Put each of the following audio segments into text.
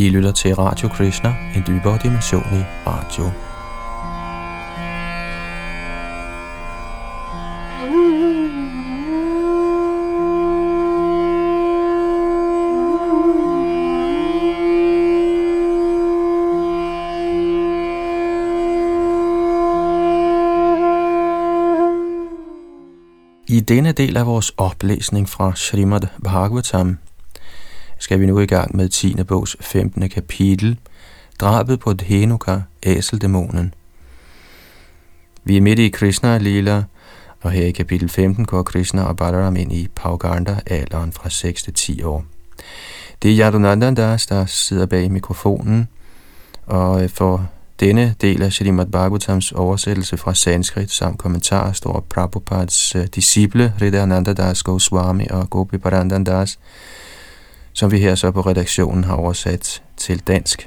I lytter til Radio Krishna, en dybere dimension i radio. I denne del af vores oplæsning fra Srimad Bhagavatam skal vi nu i gang med 10. bogs 15. kapitel, drabet på Dhenuka, æseldæmonen. Vi er midt i Krishna Lila, og her i kapitel 15 går Krishna og Balaram ind i Pauganda-alderen fra 6 til 10 år. Det er Yadunandan Das, der sidder bag mikrofonen, og for denne del af Srimad Bhagavatams oversættelse fra sanskrit samt kommentarer står Prabhupads disciple Hridayananda Das Goswami og Gopi Parandan Das, som vi her så på redaktionen har oversat til dansk.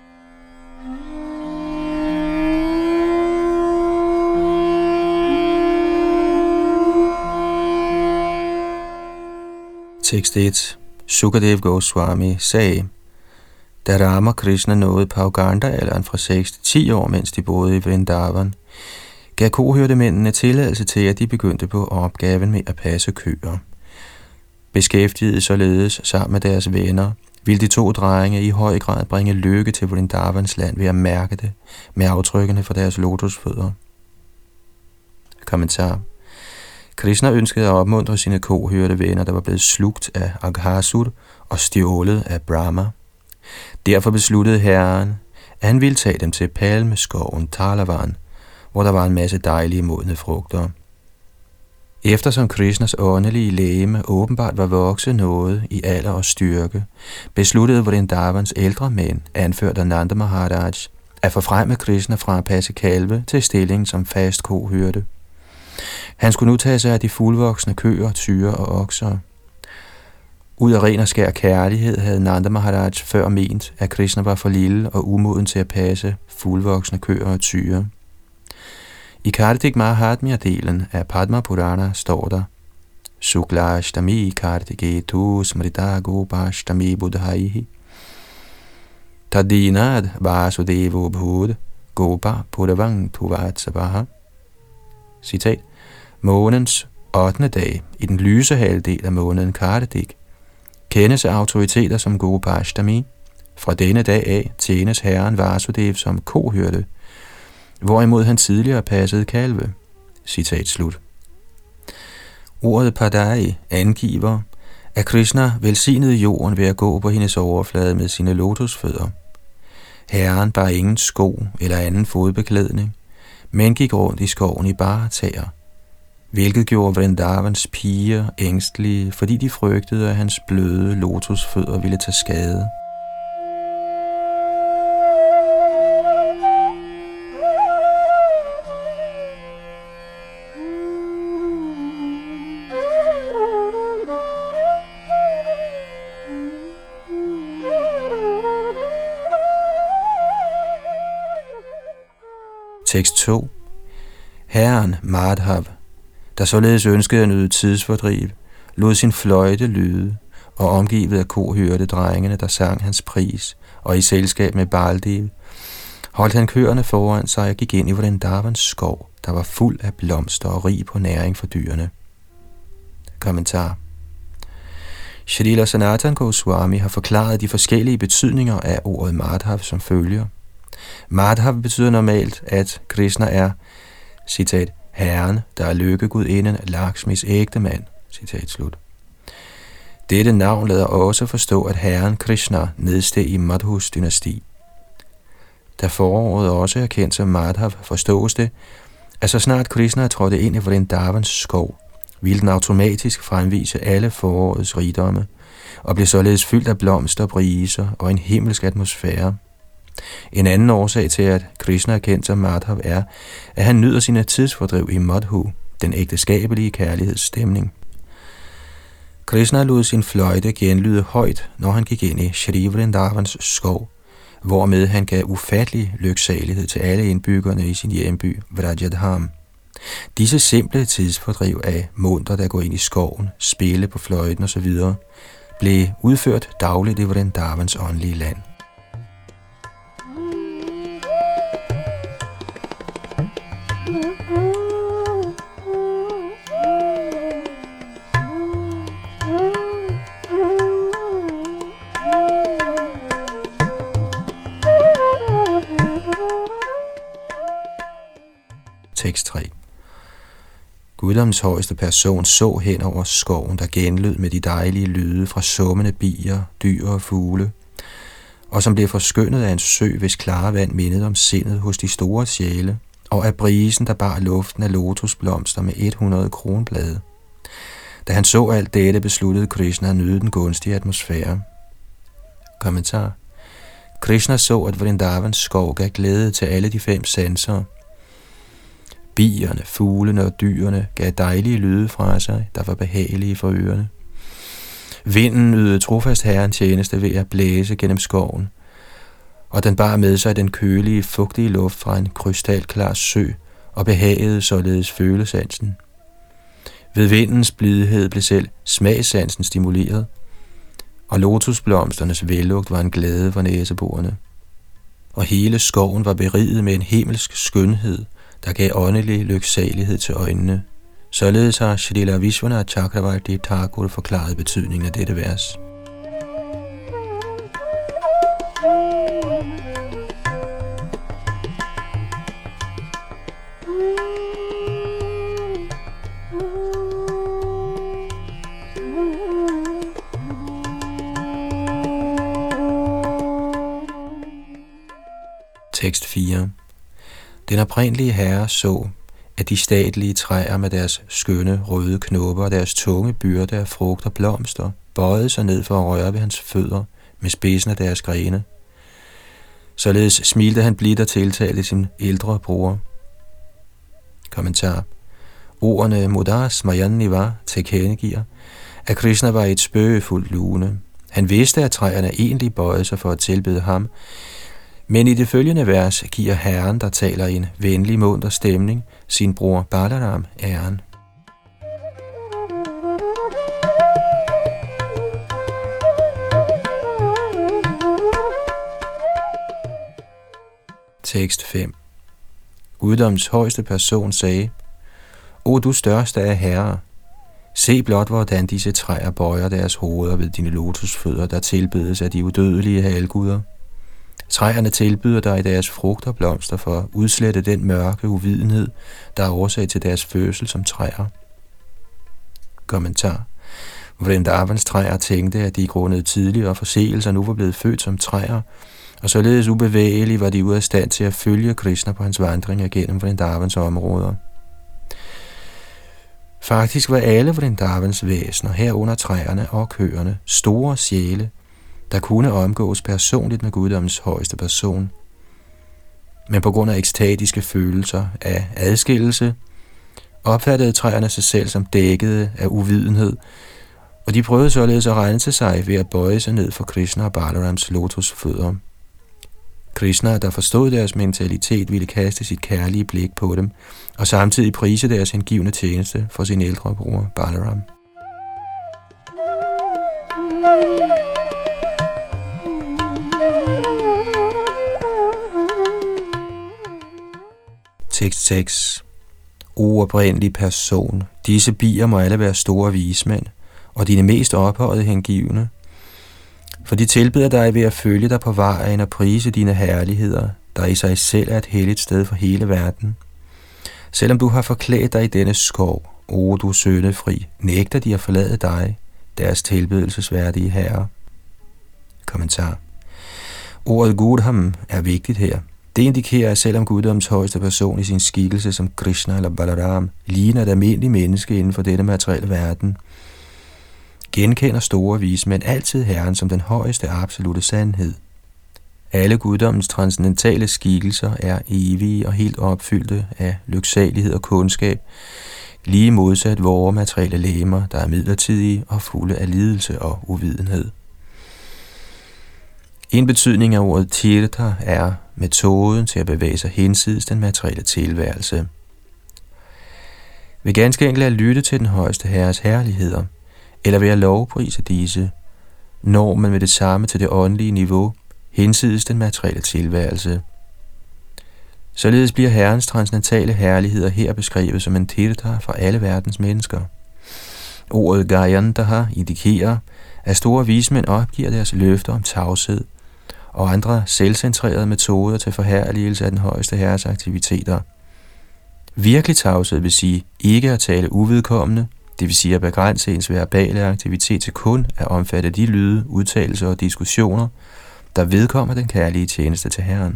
Tekst 1. Sukadev Goswami sagde: Da Rama og Krishna nåede Pauganda-alderen fra 6 til 10 år, mens de boede i Vrindavan, gav kohyrtemændene tilladelse til, at de begyndte på opgaven med at passe køer. Beskæftiget således sammen med deres venner, ville de 2 drenge i høj grad bringe lykke til Vrindavans land ved at mærke det med aftrykkene fra deres lotusfødder. Kommentar. Krishna ønskede at opmuntre sine kohyrtevenner, der var blevet slugt af Aghasur og stjålet af Brahma. Derfor besluttede Herren, at han ville tage dem til palmeskoven Talavan, hvor der var en masse dejlige modne frugter. Eftersom Krishnas åndelige legeme åbenbart var vokset noget i alder og styrke, besluttede Vrindavans ældre mænd, anført af Nanda Maharaj, at forfremme Krishna fra at passe kalve til stillingen som fast kohyrte. Han skulle nu tage sig af de fuldvoksne køer, tyre og okser. Ud af ren og skær kærlighed havde Nanda Maharaj før ment, at Krishna var for lille og umoden til at passe fuldvoksne køer og tyre. I Kartik Mahatmya-delen af Padma Purana står der: Sukla Ashtami Kartiketu Smrita Gopa Ashtami Buddhaihi Tadinad Vasudevo Bhud Gopa Pudavang Tuvatsabaha. Citat: Månens 8. dag i den lyse halvdel af måneden Kartik kendes af autoriteter som Gopa Ashtami. Fra denne dag af tjenes herren Vasudev som kohyrte, hvorimod han tidligere passede kalve. Citat slut. Ordet Padai angiver, at Krishna velsignede jorden ved at gå på hendes overflade med sine lotusfødder. Herren bar ingen sko eller anden fodbeklædning, men gik rundt i skoven i bare tæer, hvilket gjorde Vrindavans piger ængstelige, fordi de frygtede, at hans bløde lotusfødder ville tage skade. Tekst 2. Herren Madhav, der således ønskede at nyde tidsfordriv, lod sin fløjte lyde, og omgivet af kohyrte drengene, der sang hans pris, og i selskab med Baldev, holdt han køerne foran sig og gik ind i Vrindavans skov, der var fuld af blomster og rig på næring for dyrene. Kommentar. Shrila Sanatan Goswami har forklaret de forskellige betydninger af ordet Madhav som følger. Madhav betyder normalt, at Krishna er, citat, herren, der er lykkegudinden Lakshmis ægtemand, citat slut. Dette navn lader også forstå, at herren Krishna nedsteg i Madhus dynasti. Da foråret også er kendt som Madhav, forstås det, at så snart Krishna trådte ind i Vrindavans skov, ville den automatisk fremvise alle forårets rigdomme, og blev således fyldt af blomster, briser og en himmelsk atmosfære. En anden årsag til, at Krishna er kendt som Madhav, er, at han nyder sine tidsfordriv i Madhu, den ægteskabelige kærlighedsstemning. Krishna lod sin fløjte genlyde højt, når han gik ind i Shri Vrindavans skov, hvormed han gav ufattelig lyksalighed til alle indbyggerne i sin hjemby Vrajadham. Disse simple tidsfordriv af munter, der går ind i skoven, spille på fløjten osv., blev udført dagligt i Vrindavans åndelige land. Tekst 3. Guddommens højeste person så hen over skoven, der genlød med de dejlige lyde fra summende bier, dyr og fugle, og som blev forskønnet af en sø, hvis klare vand mindede om sindet hos de store sjæle, og af brisen, der bar luften af lotusblomster med 100 kronblade. Da han så alt dette, besluttede Krishna at nyde den gunstige atmosfære. Kommentar. Krishna så, at Vrindavans skov gav glæde til alle de 5 sanser. Bierne, fuglene og dyrene gav dejlige lyde fra sig, der var behagelige for ørerne. Vinden ydede trofast herren tjeneste ved at blæse gennem skoven, og den bar med sig den kølige, fugtige luft fra en krystalklar sø og behagede således følesansen. Ved vindens blidhed blev selv smagssansen stimuleret, og lotusblomsternes vellugt var en glæde for næseborene. Og hele skoven var beriget med en himmelsk skønhed, der gav åndelig lyksalighed til øjnene. Således har Shrila Vishwanath Chakravarti Thakur forklaret betydningen af dette vers. Tekst 4. Den oprindelige herre så, at de statlige træer med deres skønne røde knopper og deres tunge byrde af frugt og blomster bøjede sig ned for at røre ved hans fødder med spidsen af deres grene. Således smilte han blidt og tiltalte sin ældre bror. Kommentar. Ordene Mudas Mayan Niva tilkendegiver, at Krishna var et spøgefuldt lune. Han vidste, at træerne egentlig bøjede sig for at tilbede ham, men i det følgende vers giver herren, der taler i en venlig munter stemning, sin bror Balaram æren. Tekst 5. Guddoms højeste person sagde: O du største af herrer, se blot, hvordan disse træer bøjer deres hoveder ved dine lotusfødder, der tilbedes af de udødelige halvguder. Træerne tilbyder dig deres frugt og blomster for at udslette den mørke uvidenhed, der er årsag til deres fødsel som træer. Kommentar. Vrindavans træer tænkte, at de grundet tidligere forseelser nu var blevet født som træer, og således ubevægelige var de ude af stand til at følge Krishna på hans vandringer gennem Vrindavans områder. Faktisk var alle Vrindavans væsener, herunder træerne og køerne, store sjæle, der kunne omgås personligt med guddommens højeste person. Men på grund af ekstatiske følelser af adskillelse, opfattede træerne sig selv som dækkede af uvidenhed, og de prøvede således at rense sig ved at bøje sig ned for Krishna og Balarams lotusfødder. Krishna, der forstod deres mentalitet, ville kaste sit kærlige blik på dem, og samtidig prise deres hengivne tjeneste for sin ældre bror Balaram. Tekst 6. O oprindelig person, disse bier må alle være store vismænd, og dine mest ophøjede hengivne, for de tilbeder dig ved at følge dig på vejen og prise dine herligheder, der i sig selv er et helligt sted for hele verden. Selvom du har forklædt dig i denne skov, o du syndefri, nægter de at forlade dig, deres tilbedelsesværdige herre. Kommentar. Ordet Gudham er vigtigt her. Det indikerer, at selvom guddoms højeste person i sin skikkelse som Krishna eller Balaram ligner et almindeligt menneske inden for denne materielle verden, genkender store vismænd altid Herren som den højeste absolute sandhed. Alle guddommens transcendentale skikkelser er evige og helt opfyldte af lyksalighed og kundskab, lige modsat vore materielle legemer, der er midlertidige og fulde af lidelse og uvidenhed. En betydning af ordet tirtha er metoden til at bevæge sig hinsides den materielle tilværelse. Ved ganske enkelt at lytte til den højeste herres herligheder, eller ved at lovprise disse, når man med det samme til det åndelige niveau, hinsides den materielle tilværelse. Således bliver herrens transcendentale herligheder her beskrevet som en tirtha for alle verdens mennesker. Ordet Gayantaha indikerer, at store vismænd opgiver deres løfter om tavshed og andre selvcentrerede metoder til forherligelse af den højeste herres aktiviteter. Virkelig tavshed vil sige ikke at tale uvedkommende, det vil sige at begrænse ens verbale aktivitet til kun at omfatte de lyde, udtalelser og diskussioner, der vedkommer den kærlige tjeneste til Herren.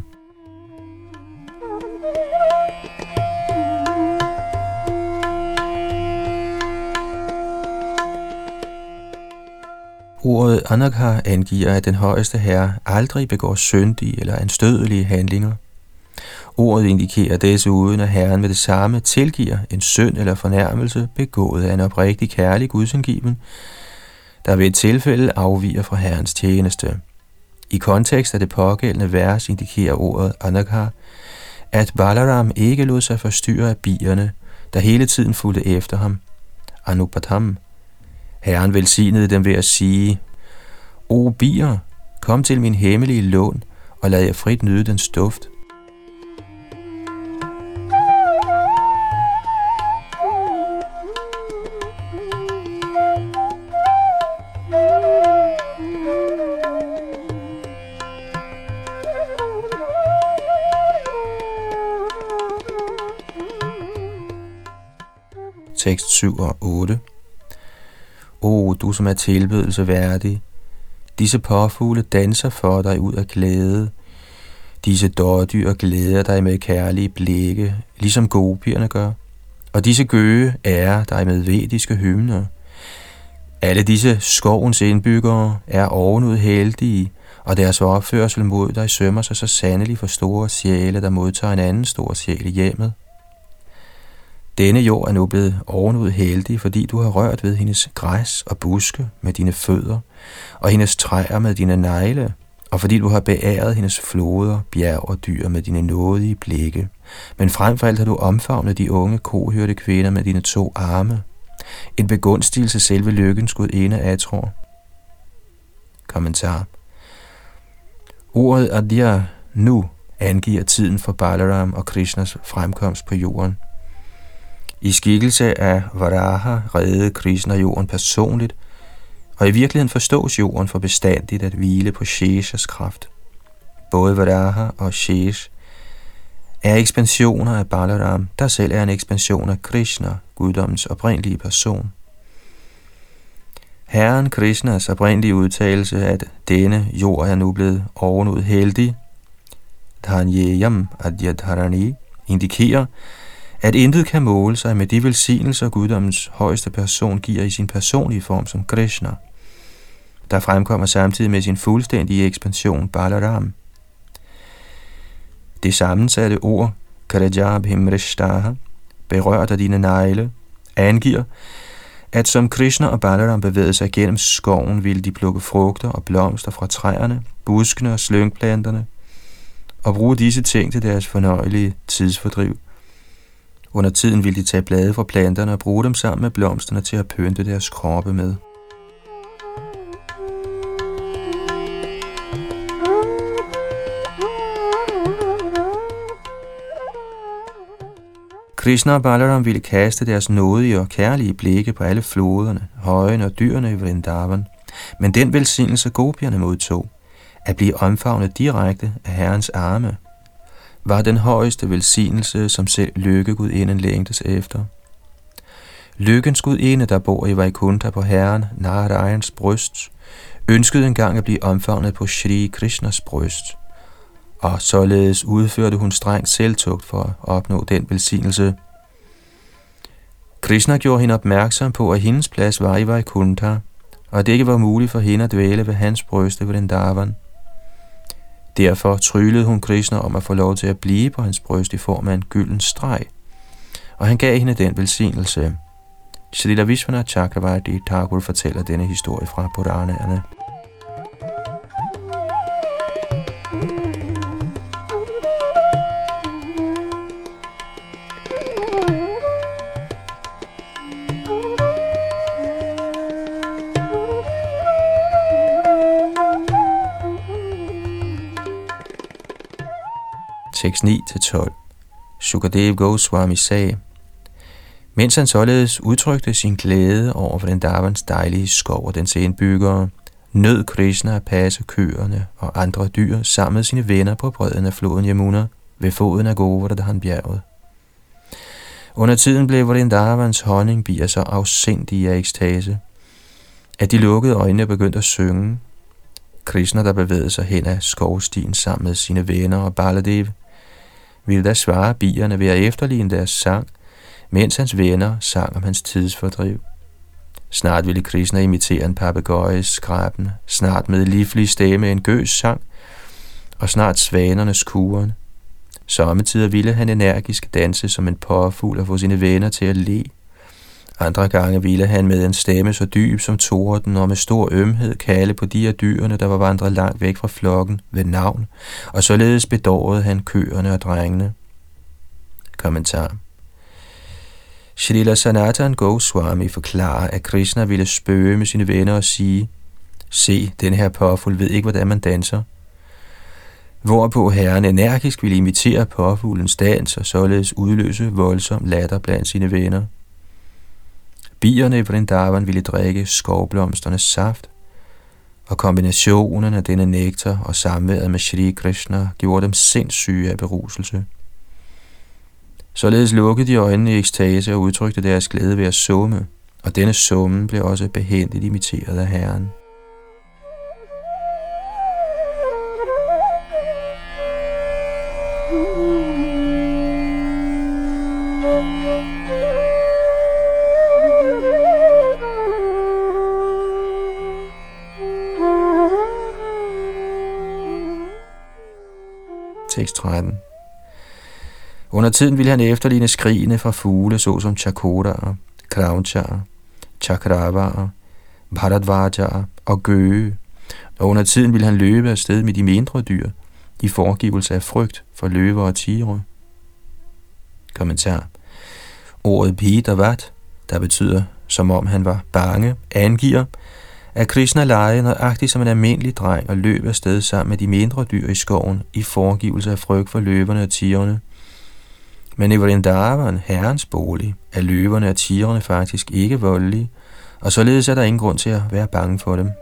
Ordet Anagha angiver, at den højeste herre aldrig begår syndige eller anstødelige handlinger. Ordet indikerer desuden, at Herren med det samme tilgiver en synd eller fornærmelse begået af en oprigtig kærlig gudsindgiven, der ved et tilfælde afviger fra Herrens tjeneste. I kontekst af det pågældende vers indikerer ordet Anagha, at Balaram ikke lod sig forstyrre af bierne, der hele tiden fulgte efter ham. Anupatam. Herren velsignede dem ved at sige: O bier, kom til min hemmelige lån, og lad jer frit nyde dens duft. Tekst 7 og 8. O, du som er tilbedelse værdig, disse påfugle danser for dig ud af glæde. Disse dårdyr glæder dig med kærlige blikke, ligesom gopierne gør. Og disse gøge ærer dig med vediske hymner. Alle disse skovens indbyggere er ovenud heldige, og deres opførsel mod dig sømmer sig så sandelig for store sjæle, der modtager en anden stor sjæl i hjemmet. Denne jord er nu blevet ovenud heldig, fordi du har rørt ved hendes græs og buske med dine fødder, og hendes træer med dine negle, og fordi du har beæret hendes floder, bjerg og dyr med dine nådige blikke. Men frem for alt har du omfavnet de unge kohørte kvinder med dine 2 arme. En begunstigelse selve lykkens gudinde atror. Kommentar. Ordet Adya nu angiver tiden for Balaram og Krishnas fremkomst på jorden. I skikkelse af Varaha reddede Krishna jorden personligt, og i virkeligheden forstås jorden for bestandigt at hvile på Sheshas kraft. Både Varaha og Shesh er ekspansioner af Balaram, der selv er en ekspansion af Krishna, guddommens oprindelige person. Herren Krishnas oprindelige udtalelse, at denne jord er nu blevet ovenud heldig, Dhanyeyam Adyadharani, indikerer, at intet kan måle sig med de velsignelser, guddommens højeste person giver i sin personlige form som Krishna, der fremkommer samtidig med sin fuldstændige ekspansion Balaram. Det sammensatte ord Karajabhimrishtaha, berørt af dine negle, angiver, at som Krishna og Balaram bevægede sig gennem skoven, ville de plukke frugter og blomster fra træerne, buskene og slyngplanterne, og bruge disse ting til deres fornøjelige tidsfordriv. Under tiden ville de tage blade fra planterne og bruge dem sammen med blomsterne til at pynte deres kroppe med. Krishna og Balaram ville kaste deres nådige og kærlige blikke på alle floderne, højene og dyrene i Vrindavan, men den velsignelse gopierne modtog, at blive omfavnet direkte af Herrens arme, var den højeste velsignelse, som selv lykkegudinden længtes efter. Lykkens gudinde, der bor i Vaikuntha på Herren Narayans bryst, ønskede engang at blive omfavnet på Shri Krishnas bryst, og således udførte hun streng selvtugt for at opnå den velsignelse. Krishna gjorde hende opmærksom på, at hendes plads var i Vaikuntha, og at det ikke var muligt for hende at dvæle ved hans bryst i Vrindavan. Derfor tryllede hun Krishna om at få lov til at blive på hans bryst i form af en gylden streg, og han gav hende den velsignelse. Srila Vishwanath Chakravarti Thakur fortæller denne historie fra Puranaerne. Tekst 9-12. Sukadev Goswami sagde: mens han således udtrykte sin glæde over Vrindavans dejlige skov og dens indbyggere, nød Krishna at passe køerne og andre dyr sammen med sine venner på bredden af floden Yamuna ved foden af Govardhan-bjerget. Under tiden blev Vrindavans honningbier så afsindige af ekstase, at de lukkede øjnene og begyndte at synge. Krishna, der bevægede sig hen ad skovstien sammen med sine venner og Baladev, ville da svare bierne ved at efterligne deres sang, mens hans venner sang om hans tidsfordriv. Snart ville Krishna imitere en papegøjes skræben, snart med livlig stemme en gøs sang, og snart svanernes kuren. Sommetider ville han energisk danse som en påfugl og få sine venner til at le. Andre gange ville han med en stemme så dyb som torden og med stor ømhed kalde på de af dyrene, der var vandret langt væk fra flokken ved navn, og således bedårede han køerne og drengene. Kommentar. Shrila Sanatan Goswami forklarer, at Krishna ville spøge med sine venner og sige: se, den her påfugl ved ikke, hvordan man danser. Hvorpå herren energisk ville imitere påfuglens dans og således udløse voldsom latter blandt sine venner. Bierne i Vrindavan ville drikke skovblomsternes saft, og kombinationen af denne nektar og samværet med Shri Krishna gjorde dem sindssyge af beruselse. Således lukkede de øjnene i ekstase og udtrykte deres glæde ved at summe, og denne summen blev også behændigt imiteret af herren. Tekst 13. Under tiden ville han efterligne skrigene fra fugle, såsom chakoraer, kraunchaer, chakravaer, bharadvajaer og gøge, og under tiden ville han løbe afsted med de mindre dyr, i foregivelse af frygt for løver og tigre. Kommentar. Ordet Bhidavat, der betyder som om han var bange, angiver, at Krishna legede nøjagtigt som en almindelig dreng og løb afsted sammen med de mindre dyr i skoven i foregivelse af frygt for løverne og tigrene. Men i Vrindavan, herrens bolig, er løverne og tigrene faktisk ikke voldelige, og således er der ingen grund til at være bange for dem.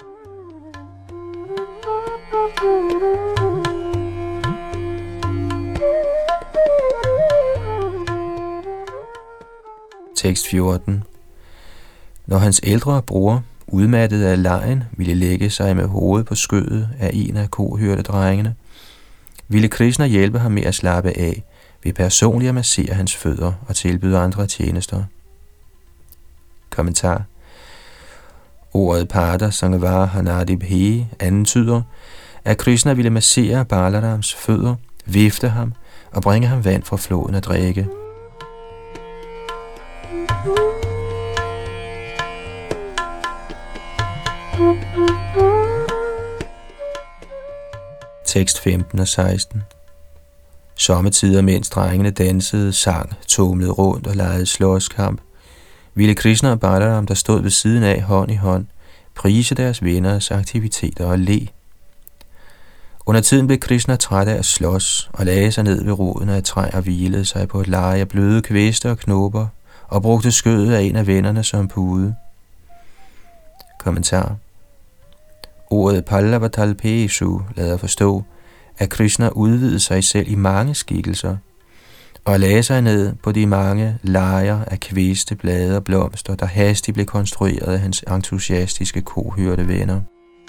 Tekst 14. Når hans ældre bror, udmattet af legen, ville lægge sig med hovedet på skødet af en af kohyrdedrengene, ville Krishna hjælpe ham med at slappe af ved personligt at massere hans fødder og tilbyde andre tjenester. Kommentar. Ordet Pada Sangavara Hanadibhe antyder, at Krishna ville massere Balarams fødder, vifte ham og bringe ham vand fra floden at drikke. Tekst 15 og 16. Sommetider, mens drengene dansede, sang, tumlede rundt og legede slåskamp, ville Krishna og Balaram, der stod ved siden af hånd i hånd, prise deres venners aktiviteter og le. Under tiden blev Krishna træt af at slås og lagde sig ned ved roden af et træ og hvilede sig på et leje af bløde kviste og knopper og brugte skødet af en af vennerne som pude. Kommentar. Ordet Pallavatalpeshu lader forstå, at Krishna udvidede sig selv i mange skikkelser og lagde sig ned på de mange lejer af kviste, blade og blomster, der hastigt blev konstrueret af hans entusiastiske kohørte venner.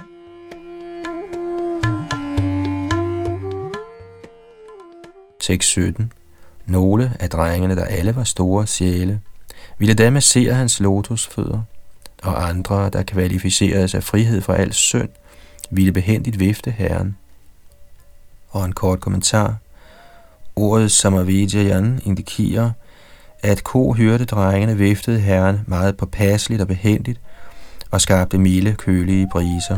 Tekst 17. Nogle af drengene, der alle var store sjæle, ville da massere hans lotusfødder, og andre, der kvalificeredes af frihed fra al synd, ville behændigt vifte herren. Og en kort kommentar. Ordet Samavijayan indikerer, at kohyrdedrengene viftede herren meget påpasseligt og behændigt og skabte milde, kølige briser.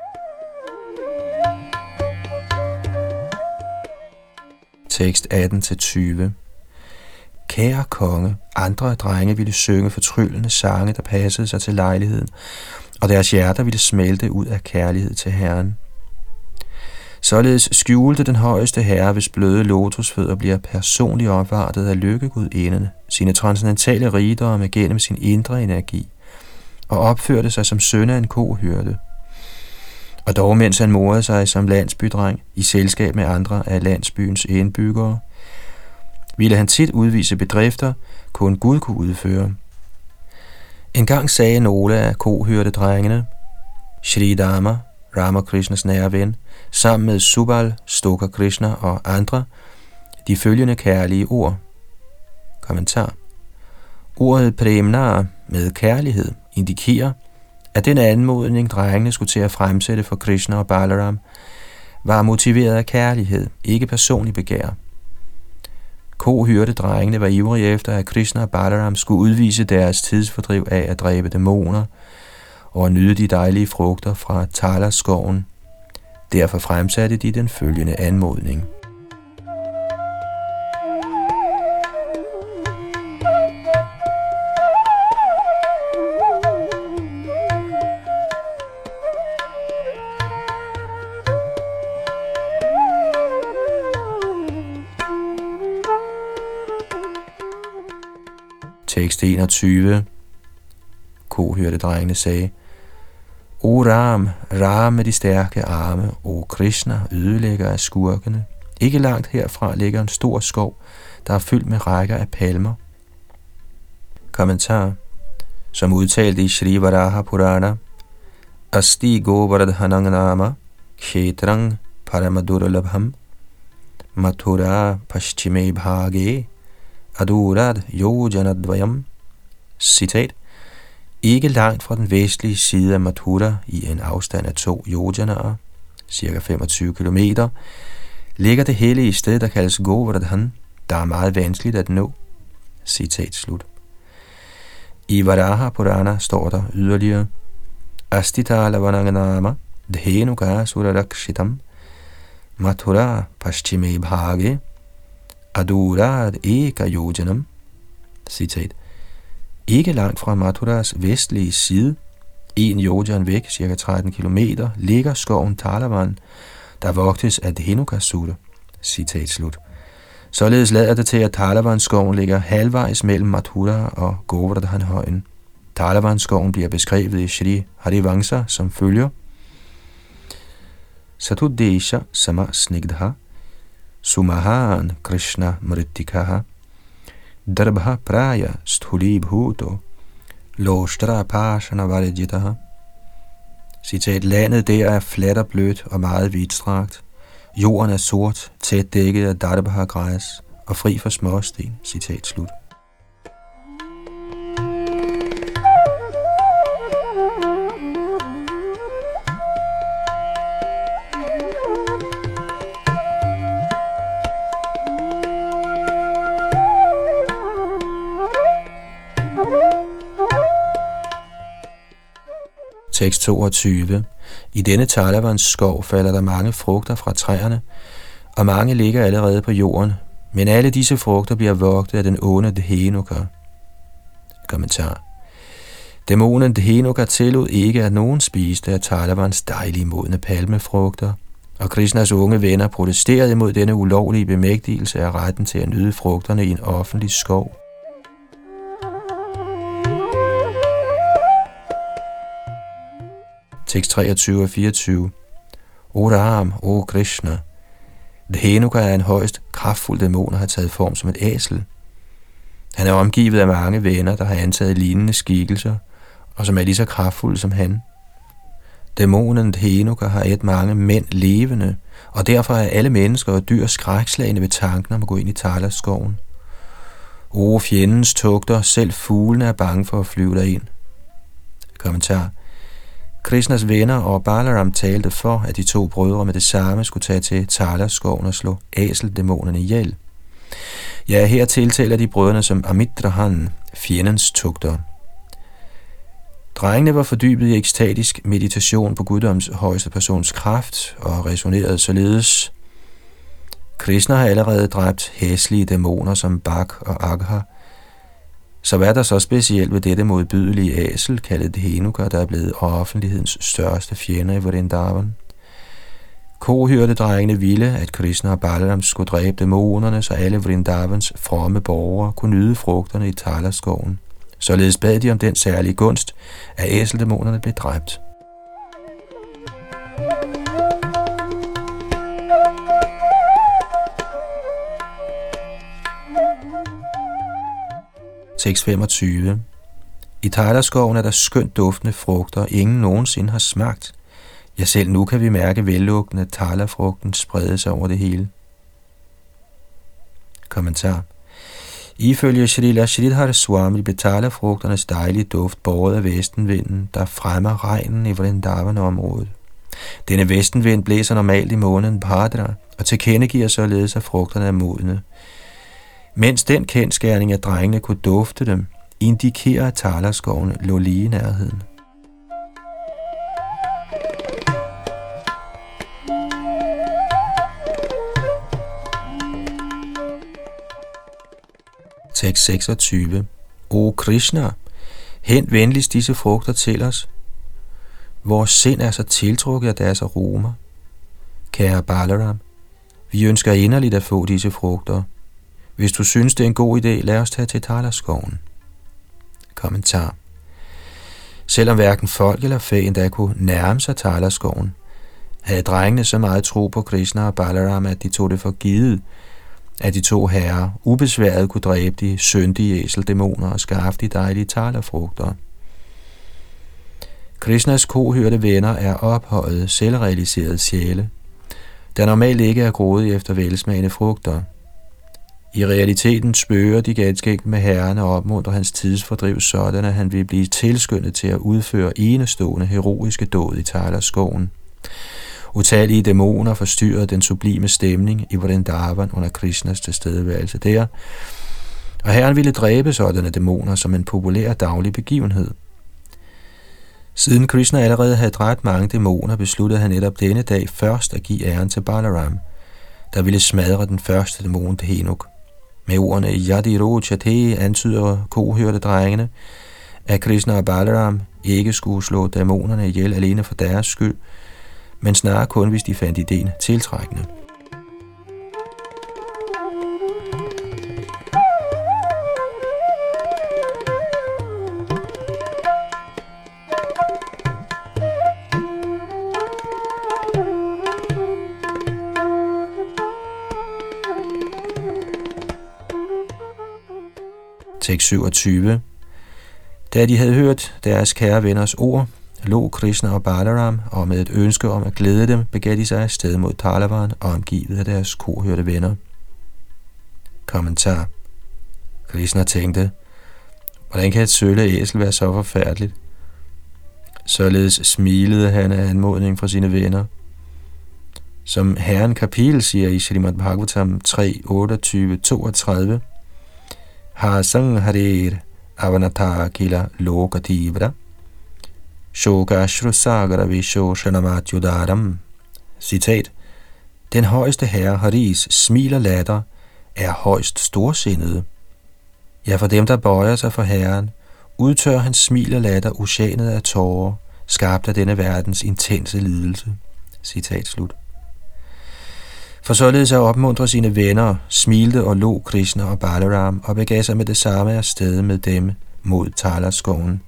Tekst 18-20. Kære konge, andre drenge ville synge fortryllende sange, der passede sig til lejligheden, og deres hjerter ville smelte ud af kærlighed til herren. Således skjulte den højeste herre, hvis bløde lotusfødder bliver personligt opvartet af lykkegudinderne, sine transcendentale rigdomme gennem sin indre energi, og opførte sig som søn af en kohyrde. Og dog mens han morede sig som landsbydreng i selskab med andre af landsbyens indbyggere, ville han tit udvise bedrifter, kun Gud kunne udføre. En gang sagde nogle af kohyrdedrengene, Shri Dama, Ramakrishnas nære ven, sammen med Subal, Stoka Krishna og andre, de følgende kærlige ord. Kommentar. Ordet premna med kærlighed indikerer, at den anmodning, drengene skulle til at fremsætte for Krishna og Balaram, var motiveret af kærlighed, ikke personlig begær. Kohyrdedrengene var ivrige efter, at Krishna og Balaram skulle udvise deres tidsfordriv af at dræbe dæmoner og nyde de dejlige frugter fra Tala-skoven. Derfor fremsatte de den følgende anmodning. Tekst 21. Kohyrdedrengene sagde, O Ram, Ram med de stærke arme, O Krishna, ødelægger af skurkene. Ikke langt herfra ligger en stor skov, der er fyldt med rækker af palmer. Kommentar. Som udtalt i Shri Varaha Purana, Asti Govardhanang Nama, Kshetrang Paramaduralabham, Mathura Paschime Bhage, Adurad Yojanadvayam. Citat. Ikke langt fra den vestlige side af Mathura, i en afstand af 2 yojanaer, ca. 25 km, ligger det hellige sted, der kaldes Govardhan, der er meget vanskeligt at nå. Citat slut. I Varaha Purana står der yderligere, Astita Lavananganama, Dhenuka Surarakshitam, Mathura Paschime Bhage, Adurad Eka Yojanam. Citat. Ikke langt fra Mathuras vestlige side, 1 yojan væk, ca. 13 km, ligger skoven Talavan, der vogtes af Dhenukasura. Citat slut. Således lader det til, at Talavan-skoven ligger halvvejs mellem Mathura og Govardhan-højen. Talavan-skoven bliver beskrevet i Shri Harivansa som følger. Satudesha sama snigdha, sumahan Krishna mrittikaha, Darbha praya sthuli bhuto, loshtra pashana varajitaha. Citat. Landet der er fladt og blødt og meget vidtstrakt. Jorden er sort, tæt dækket af darbha-græs og fri for småsten. Citat slut. Tekst 22. I denne Talavans skov falder der mange frugter fra træerne, og mange ligger allerede på jorden, men alle disse frugter bliver vogtet af den onde Dhenuka. Kommentar. Dæmonen Dhenuka tillod ikke, at nogen spiste af Talavans dejlige modne palmefrugter, og Krishnas unge venner protesterede imod denne ulovlige bemægtigelse af retten til at nyde frugterne i en offentlig skov. Tekst 23 og 24. O Ram, O Krishna, Dhenuka er en højst kraftfuld dæmon og har taget form som et æsel. Han er omgivet af mange venner, der har antaget lignende skikkelser, og som er lige så kraftfulde som han. Dæmonen Dhenuka har et mange mænd levende, og derfor er alle mennesker og dyr skrækslagne ved tanken om at gå ind i Tala-skoven. O fjendens tugter, selv fuglene er bange for at flyve derind. Kommentar. Krishnas venner og Balaram talte for, at de 2 brødre med det samme skulle tage til Tala-skoven og slå æseldæmonerne ihjel. Ja, her tiltaler de brødrene som Amitrahan, fjendens tugter. Drengene var fordybet i ekstatisk meditation på Guddoms højeste persons kraft og resonerede således. Krishna har allerede dræbt hæslige dæmoner som Bak og Agha. Så hvad er der så specielt ved dette modbydelige æsel, kaldet Dhenuka, der er blevet offentlighedens største fjender i Vrindavan? Kohyrdedrengene ville, at Krishna og Balaram skulle dræbe dæmonerne, så alle Vrindavans fromme borgere kunne nyde frugterne i Tala-skoven. Således bad de om den særlige gunst, at æseldæmonerne blev dræbt. Tekst 25. I Thalerskoven er der skønt duftende frugter, ingen nogensinde har smagt. Ja, selv nu kan vi mærke vellugten af thalerfrugten sprede sig over det hele. Kommentar. Ifølge Srila Sridhar Swami blev thalerfrugternes dejlige duft båret af vestenvinden, der fremmer regnen i Vrindavan-området. Denne vestenvind blæser normalt i måneden Bhadra og tilkendegiver således, at frugterne er modne. Mens den kendsgerning, at drengene kunne dufte dem, indikerer, at Thalerskoven lå lige i nærheden. Tekst 26. O Krishna, hent venligst disse frugter til os. Vores sind er så tiltrukket af deres aroma. Kære Balaram, vi ønsker inderligt at få disse frugter. Hvis du synes, det er en god idé, lad os tage til Thalerskoven. Kommentar. Selvom hverken folk eller fæ endda kunne nærme sig Thalerskoven, havde drengene så meget tro på Krishna og Balaram, at de tog det for givet, at de to herrer ubesværet kunne dræbe de syndige æseldæmoner og skaffe de dejlige thalerfrugter. Krishnas kohørte venner er ophøjede, selvrealiserede sjæle, der normalt ikke er grådige efter velsmagende frugter. I realiteten spørger de ganske enkelt med herren og opmuntrer hans tidsfordriv sådan, at han vil blive tilskyndet til at udføre enestående heroiske dåd i Thalerskoven. Utallige dæmoner forstyrrede den sublime stemning i Vrindavan under Krishnas tilstedeværelse der, og herren ville dræbe sådanne dæmoner som en populær daglig begivenhed. Siden Krishna allerede havde dræbt mange dæmoner, besluttede han netop denne dag først at give æren til Balaram, der ville smadre den første dæmon Dhenuk. Med ordene Yadi Rochate antyder kohørte drengene, at Krishna og Balaram ikke skulle slå dæmonerne ihjel alene for deres skyld, men snarere kun, hvis de fandt ideen tiltrækkende. Tekst 27. Da de havde hørt deres kære venners ord, lå Krishna og Balaram, og med et ønske om at glæde dem, begav de sig afsted mod Thalavan og omgivet af deres kohørte venner. Kommentar. Krishna tænkte, hvordan kan et sølle æsel være så forfærdeligt? Således smilede han af anmodning fra sine venner. Som herren Kapil siger i Srimad Bhagavatam 3, 28, 32, Hasang harir avanata kila lokatibra Shokashru sagara vishoshanamatyudaram. Citat. Den højeste herre Haris smil og latter er højst storsindede. Ja, for dem, der bøjer sig for herren, udtør hans smil og latter oceanet af tårer, skabt af denne verdens intense lidelse. Citat slut. For således at opmuntre sine venner, smilte og lå Krishna og Balaram og begav sig med det samme afsted med dem mod Thalerskoven.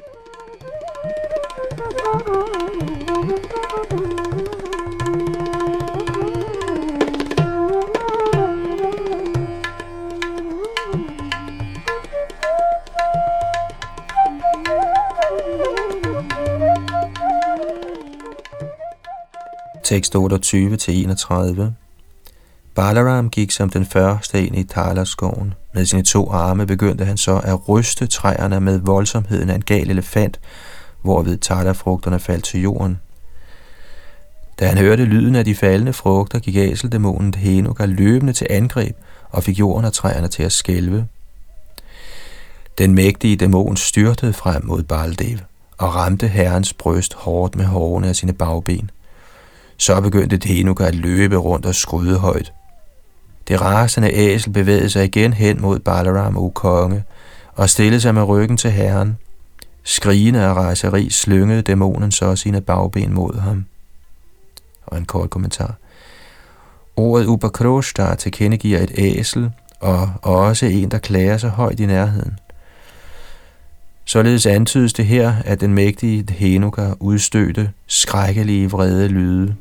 Tekst 28-31. Balaram gik som den første ind i Thalerskoven. Med sine 2 arme begyndte han så at ryste træerne med voldsomheden af en gal elefant, hvorved thalerfrugterne faldt til jorden. Da han hørte lyden af de faldende frugter, gik æseldæmonen Dhenuk løbende til angreb og fik jorden og træerne til at skælve. Den mægtige dæmon styrtede frem mod Baldev og ramte herrens bryst hårdt med hårene af sine bagben. Så begyndte Dhenuk at løbe rundt og skryde højt. Det rasende æsel bevægede sig igen hen mod Balaram, o konge, og stillede sig med ryggen til herren. Skrigende af raseri slyngede dæmonen så sine bagben mod ham. Og en kort kommentar. Ordet Upakroshta tilkendegiver et æsel, og også en, der klager sig højt i nærheden. Således antydes det her, at den mægtige Dhenuk udstødte skrækkelige vrede lyde.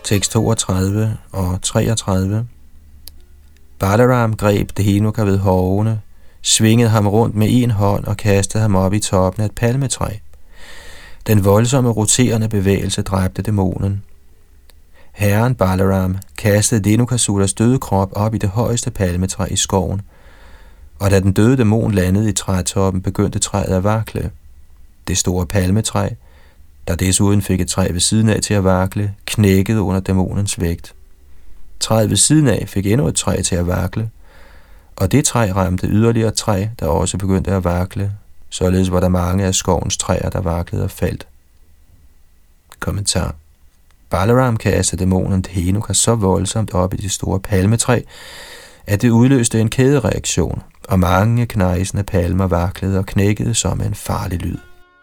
Tekst 32 og 33. Balaram greb Dhenuka ved hovene, svingede ham rundt med en hånd og kastede ham op i toppen af et palmetræ. Den voldsomme roterende bevægelse dræbte dæmonen. Herren Balaram kastede Dhenukasuras døde krop op i det højeste palmetræ i skoven, og da den døde dæmon landede i trætoppen, begyndte træet at vakle. Det store palmetræ, der desuden fik et træ ved siden af til at vakle, knækkede under dæmonens vægt. Træet ved siden af fik endnu et træ til at vakle, og det træ ramte yderligere træ, der også begyndte at vakle. Således var der mange af skovens træer, der vaklede og faldt. Kommentar. Balaram kastede dæmonen Dhenuka så voldsomt op i det store palmetræ, at det udløste en kædereaktion, og mange knejsende palmer vaklede og knækkede som en farlig lyd.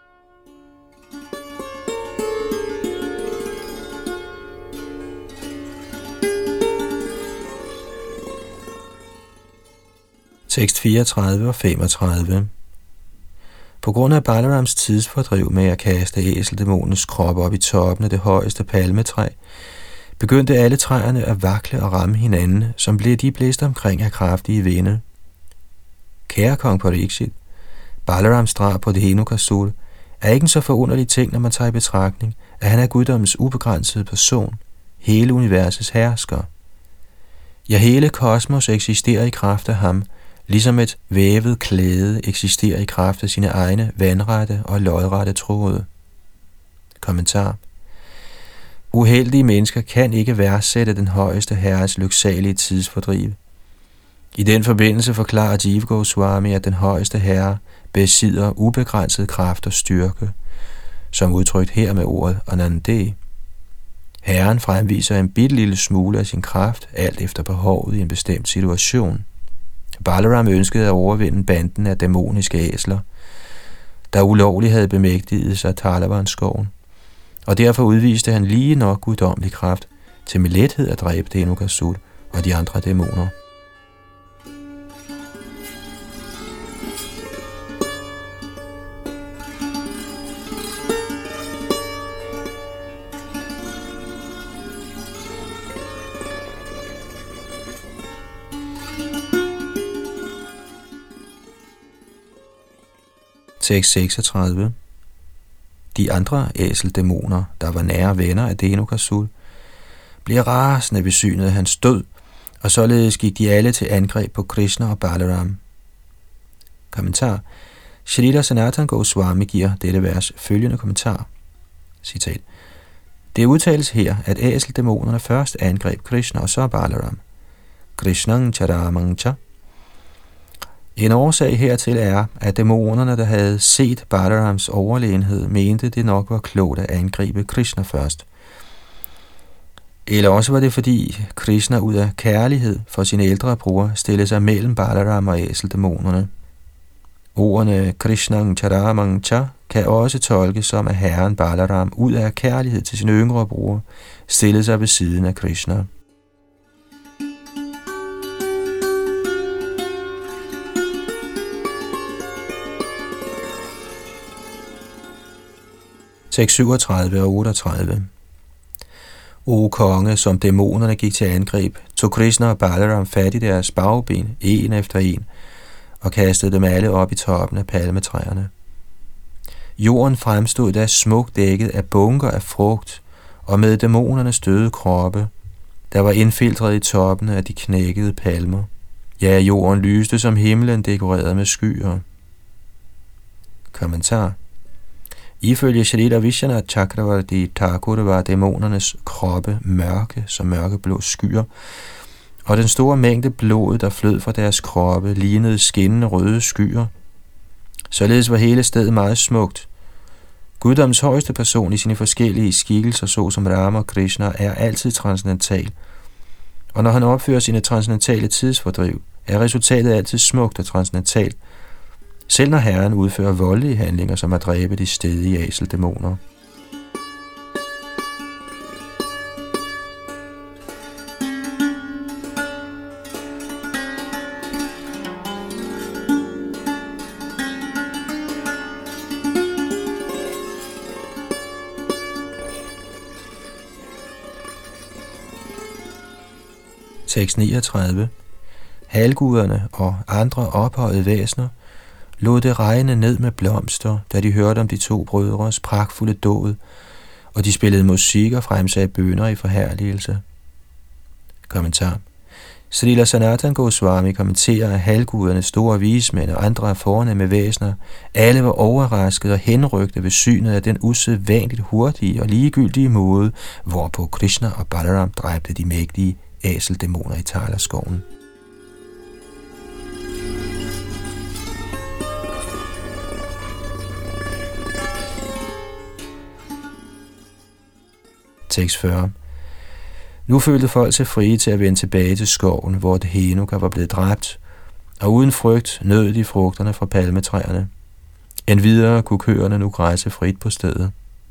Tekst 34 og 35. På grund af Balarams tidsfordriv med at kaste æseldæmonens krop op i toppen af det højeste palmetræ, begyndte alle træerne at vakle og ramme hinanden, som blev de blæst omkring af kraftige vinde. Kære kong Pariksit, Balarams drab på Dhenukasur er ikke en så forunderlig ting, når man tager i betragtning, at han er guddommens ubegrænsede person, hele universets hersker. Ja, hele kosmos eksisterer i kraft af ham, ligesom et vævet klæde eksisterer i kraft af sine egne vandrette og lodrette tråde. Kommentar. Uheldige mennesker kan ikke værdsætte den højeste herres lyksalige tidsfordriv. I den forbindelse forklarer Jiva Goswami, at den højeste herre besidder ubegrænset kraft og styrke, som udtrykt her med ordet Anande. Herren fremviser en bitte lille smule af sin kraft, alt efter behovet i en bestemt situation. Balaram ønskede at overvinde banden af dæmoniske æsler, der ulovligt havde bemægtiget sig Talavan-skoven, og derfor udviste han lige nok guddommelig kraft til med lethed at dræbe Dhenukasur og de andre dæmoner. Tekst 36. De andre æseldæmoner, der var nære venner af Dhenukasur, blev rasende ved synet af hans død, og således gik de alle til angreb på Krishna og Balaram. Kommentar. Shrila Sanatana Goswami giver dette vers følgende kommentar. Citat. Det udtales her, at æseldæmonerne først angreb Krishna og så Balaram. Krishnang charamangcha. En årsag hertil er, at dæmonerne, der havde set Balarams overlegenhed, mente det nok var klogt at angribe Krishna først. Eller også var det fordi Krishna ud af kærlighed for sin ældre bror stillede sig mellem Balaram og æseldæmonerne. Ordene Krishnang charamangcha kan også tolkes som, at herren Balaram ud af kærlighed til sin yngre bror stillede sig ved siden af Krishna. Tekst 37 og 38. O konge, som dæmonerne gik til angreb, tog Krishna og Balaram fat i deres bagben, en efter en, og kastede dem alle op i toppen af palmetræerne. Jorden fremstod da smukt dækket af bunker af frugt, og med dæmonernes døde kroppe, der var indfiltret i toppen af de knækkede palmer. Ja, jorden lyste som himlen dekoreret med skyer. Kommentar. Ifølge Shrila Vishwanath Chakravarti Thakur var dæmonernes kroppe mørke som mørkeblå skyer, og den store mængde blod, der flød fra deres kroppe, lignede skinnende røde skyer. Således var hele stedet meget smukt. Guddoms højeste person i sine forskellige skikkelser, såsom Rama og Krishna, er altid transcendental, og når han opfører sine transcendentale tidsfordriv, er resultatet altid smukt og transcendentalt, selv når herren udfører voldelige handlinger, som at dræbe de stedige æseldæmoner. Tekst 39. Halvguderne og andre ophøjede væsener lod det regne ned med blomster, da de hørte om de to brødres pragtfulde dåd, og de spillede musik og fremsagde bønner i forherligelse. Kommentar. Srila Sanatan Goswami kommenterer, at halvgudernes store vismænd og andre fornemme væsener alle var overrasket og henrygte ved synet af den usædvanligt hurtige og ligegyldige måde, hvorpå Krishna og Balaram dræbte de mægtige æseldæmoner i Thalerskoven. Tekst 40. Nu følte folk sig frie til at vende tilbage til skoven, hvor Dhenu var blevet dræbt, og uden frygt nød de frugterne fra palmetræerne. Endvidere kunne køerne nu græsse frit på stedet.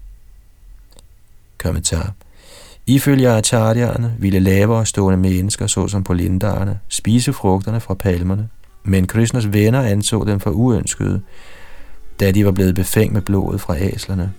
Kommentar. Ifølge acharyerne ville lavere stående mennesker, såsom på lindarerne, spise frugterne fra palmerne, men Krishnas venner anså dem for uønskede, da de var blevet befængt med blodet fra æslerne.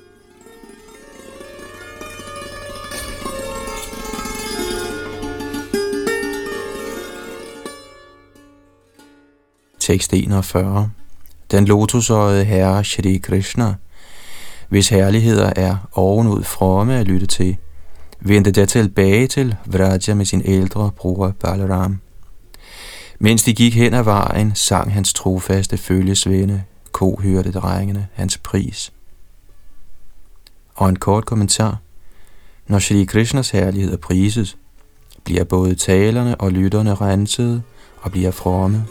Tekst 41. Den lotusøjede herre Shri Krishna, hvis herligheder er ovenud fromme at lytte til, vendte der tilbage til Vraja med sin ældre bror Balaram. Mens de gik hen ad vejen, sang hans trofaste følgesvende, kohørte drengene, hans pris. Og en kort kommentar. Når Shri Krishnas herligheder prises, bliver både talerne og lytterne rensede og bliver fromme.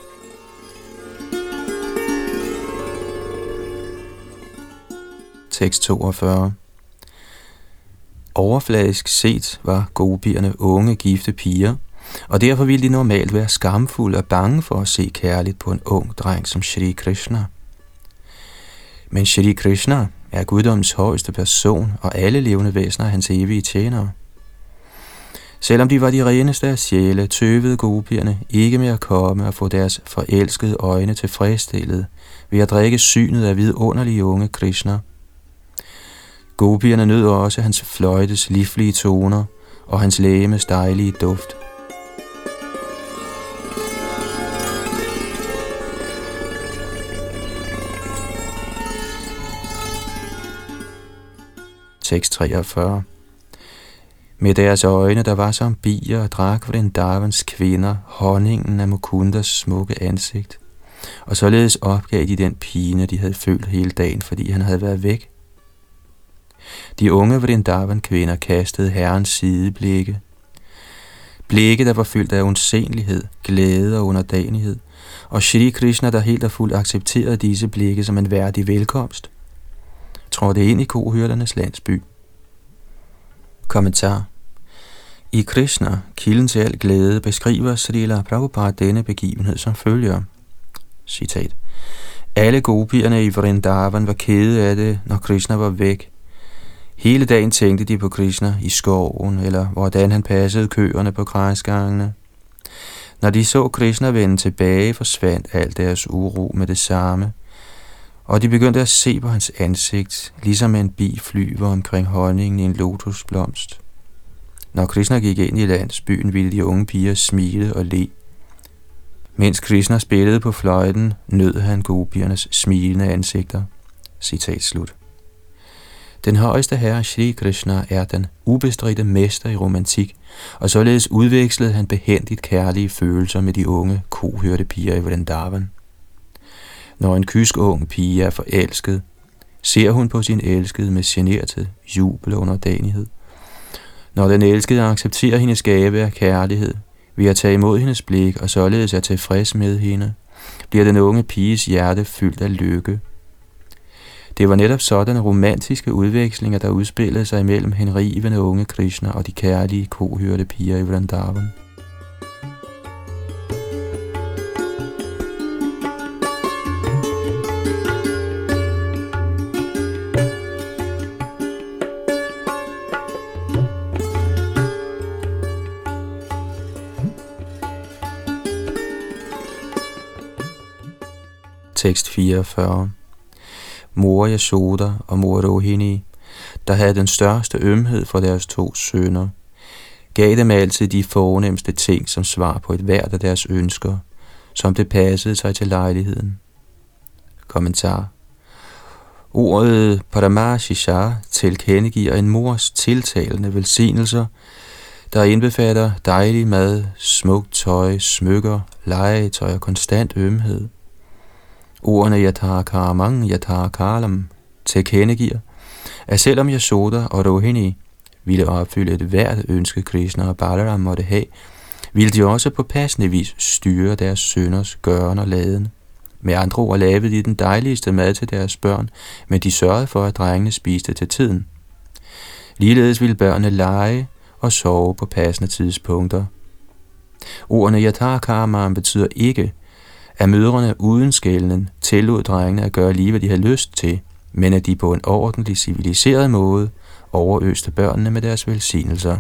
Tekst 42. Overfladisk set var gopierne unge, gifte piger, og derfor ville de normalt være skamfulde og bange for at se kærligt på en ung dreng som Shri Krishna. Men Shri Krishna er guddommens højeste person, og alle levende væsener er hans evige tjenere. Selvom de var de reneste af sjæle, tøvede gopierne ikke med at komme og få deres forelskede øjne tilfredsstillet ved at drikke synet af vidunderlige unge Krishna. Gopierne nød også hans fløjtes livlige toner og hans legemes dejlige duft. Tekst 43. Med deres øjne, der var som bier, drak Vrindavans kvinder honningen af Mukundas smukke ansigt, og således opgav de den pine, de havde følt hele dagen, fordi han havde været væk. De unge Vrindavan-kvinder kastede herrens sideblikke. Blikke, der var fyldt af undsenlighed, glæde og underdanighed, og Shri Krishna, der helt og fuldt accepterede disse blikke som en værdig velkomst, trådte ind i kohyrternes landsby. Kommentar. I Krishna, kilden til al glæde, beskriver Srila Prabhupada denne begivenhed som følger. Citat. Alle gopierne i Vrindavan var kede af det, når Krishna var væk. Hele dagen tænkte de på Krishna i skoven, eller hvordan han passede køerne på græsgangene. Når de så Krishna vende tilbage, forsvandt al deres uro med det samme, og de begyndte at se på hans ansigt, ligesom en bi flyver omkring honningen i en lotusblomst. Når Krishna gik ind i landsbyen, ville de unge piger smile og le. Mens Krishna spillede på fløjten, nød han gopiernes smilende ansigter. Citat slut. Den højeste herre Shri Krishna er den ubestridte mester i romantik, og således udvekslede han behændigt kærlige følelser med de unge, kohørte piger i Vrindavan. Når en kysk ung pige er forelsket, ser hun på sin elskede med generthed, jubel og underdanighed. Når den elskede accepterer hendes gave af kærlighed, ved at tage imod hendes blik og således er tilfreds med hende, bliver den unge piges hjerte fyldt af lykke. Det var netop sådanne romantiske udvekslinger, der udspillede sig imellem henrivende unge Krishna og de kærlige kohørte piger i Vrindavan. Tekst 44. Mor Yashoda og mor Rohini, der havde den største ømhed for deres to sønner, gav dem altid de fornemste ting som svar på et hvert af deres ønsker, som det passede sig til lejligheden. Kommentar. Ordet Paramashisha tilkendegiver en mors tiltalende velsignelser, der indbefatter dejlig mad, smukt tøj, smykker, legetøj og konstant ømhed. Ordene Yathakarmang Yathakalam tilkendegiver, at selvom Yashoda og Rohini ville opfylde et hvert ønske Krishna og Balaram måtte have, ville de også på passende vis styre deres sønners gøren og laden. Med andre ord lavede de den dejligste mad til deres børn, men de sørgede for, at drengene spiste til tiden. Ligeledes ville børnene lege og sove på passende tidspunkter. Ordene Yathakarmam betyder ikke, at mødrene uden skelnen tillod drengene at gøre lige, hvad de havde lyst til, men at de på en ordentlig, civiliseret måde overøste børnene med deres velsignelser.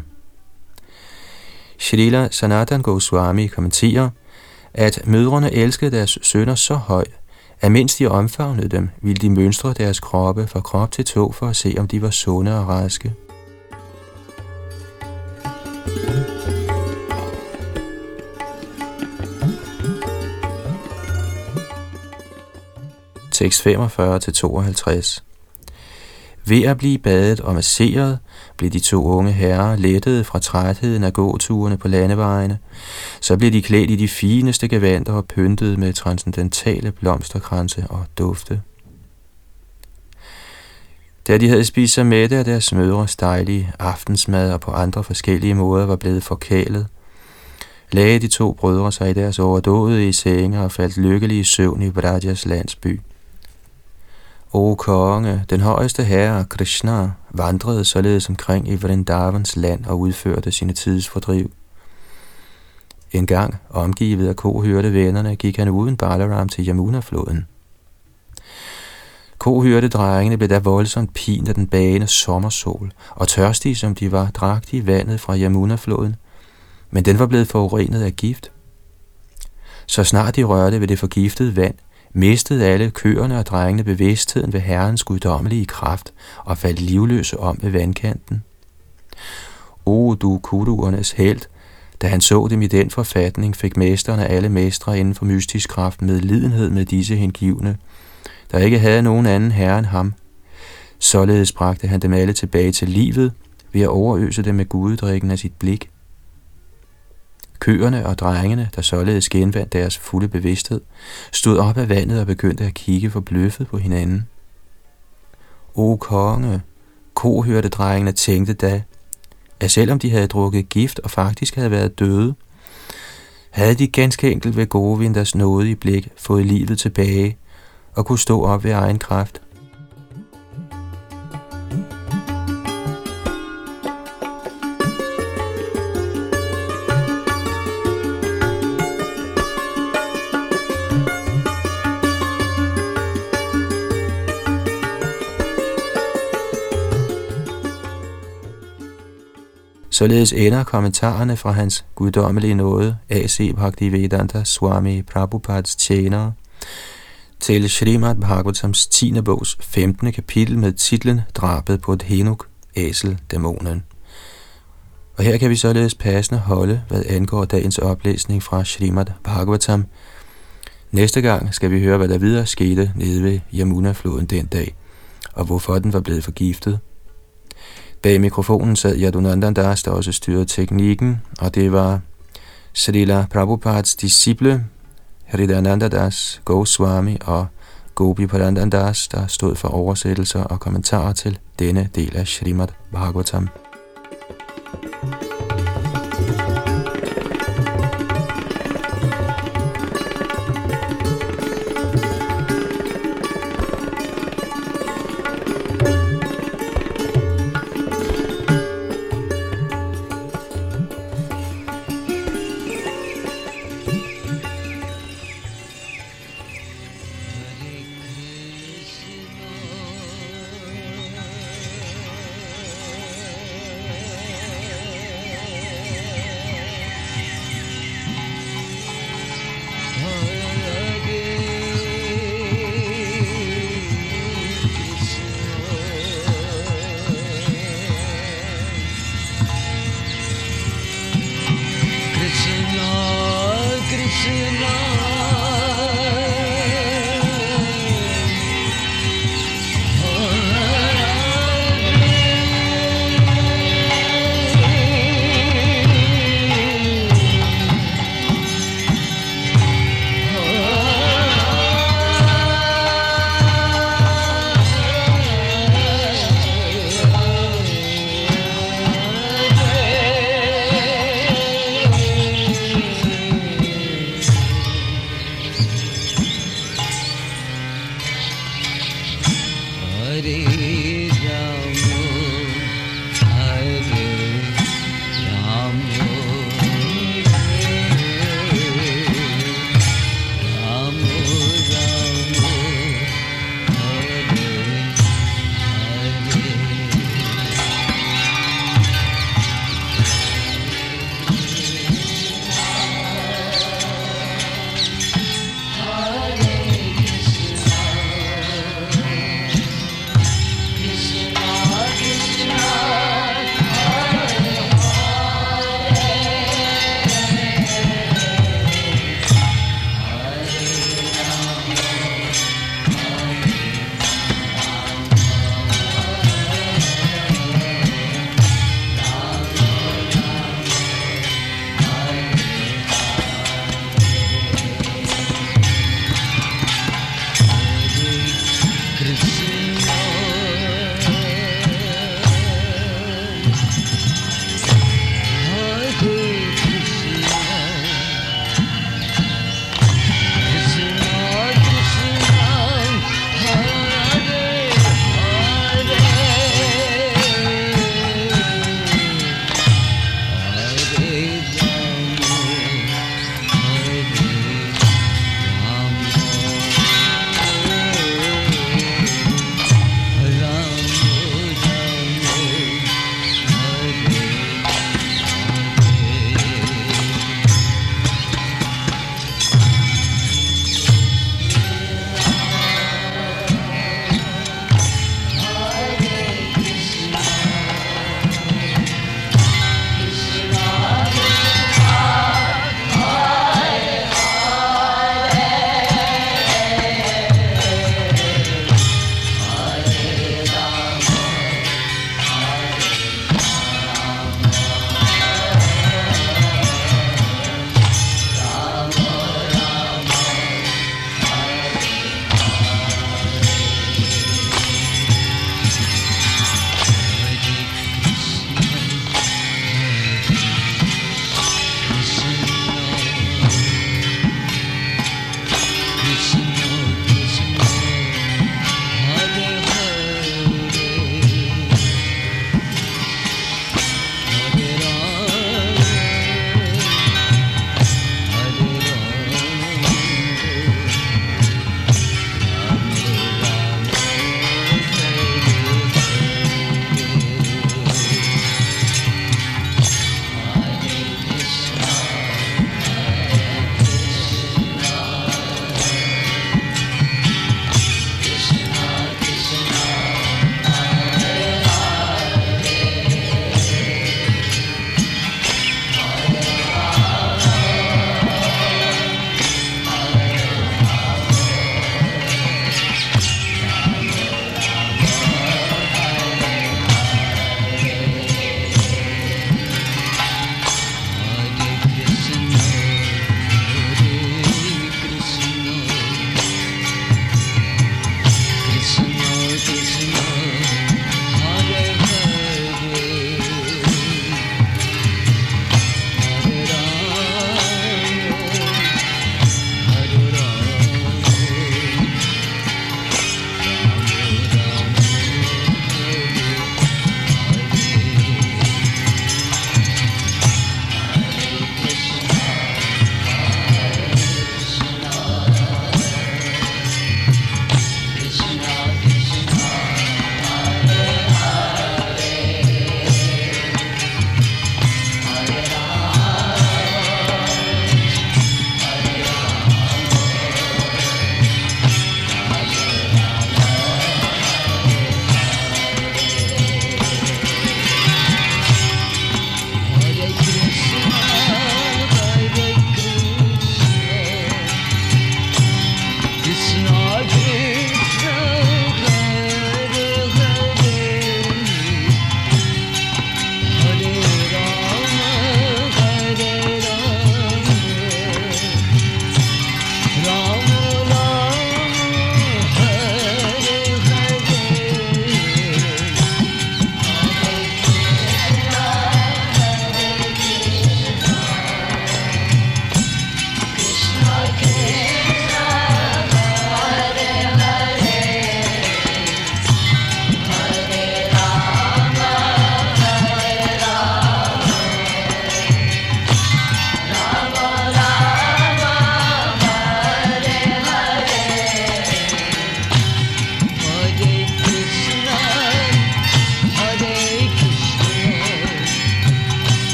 Shrila Sanatan Goswami kommenterer, at mødrene elskede deres sønner så højt, at mens de omfavnede dem, ville de mønstre deres kroppe fra krop til tå for at se, om de var sunde og raske. Tekst 45-52. Ved at blive badet og masseret, blev de to unge herrer lettede fra trætheden af gåturene på landevejene. Så blev de klædt i de fineste gevanter og pyntet med transcendentale blomsterkranse og dufte. Da de havde spist sig mætte af deres mødres dejlige aftensmad og på andre forskellige måder var blevet forkælet, lagde de to brødre sig i deres overdådige senge og faldt lykkelige i søvn i Vrajas landsby. O konge, den højeste herre Krishna vandrede således omkring i Vrindavans land og udførte sine tidsfordriv. En gang, omgivet af kohyrde-vennerne, gik han uden Balaram til Yamuna-floden. Kohyrde-drengene blev da voldsomt pint af den bagende sommersol, og tørstige som de var, drak de vandet fra Yamuna-floden, men den var blevet forurenet af gift. Så snart de rørte ved det forgiftede vand, mistede alle køerne og drengene bevidstheden ved herrens guddommelige kraft og faldt livløse om ved vandkanten. O du kuruernes helt, da han så dem i den forfatning, fik mesteren af alle mestre inden for mystisk kraft medlidenhed med disse hengivne, der ikke havde nogen anden herre end ham. Således bragte han dem alle tilbage til livet ved at overøse dem med gudedrikken af sit blik. Køerne og drengene, der således genvandt deres fulde bevidsthed, stod op af vandet og begyndte at kigge forbløffet på hinanden. O konge, kohyrde-drengene tænkte da, at selvom de havde drukket gift og faktisk havde været døde, havde de ganske enkelt ved Govinders nådige blik fået livet tilbage og kunne stå op ved egen kraft. Således ender kommentarerne fra hans guddommelige nåde, A.C. Bhaktivedanta Swami Prabhupads tjenere, til Srimad Bhagavatams 10. bogs 15. kapitel med titlen Drabet på Dhenuk, æseldæmonen. Og her kan vi således passende holde, hvad angår dagens oplæsning fra Srimad Bhagavatam. Næste gang skal vi høre, hvad der videre skete nede ved Yamuna-floden den dag, og hvorfor den var blevet forgiftet. Bag mikrofonen sad Yadunandan Das, der også styrede teknikken, og det var Srila Prabhupads disciple, Hridayananda Das Goswami og Gopi Parandan Das, der stod for oversættelser og kommentarer til denne del af Srimad Bhagavatam. Krishna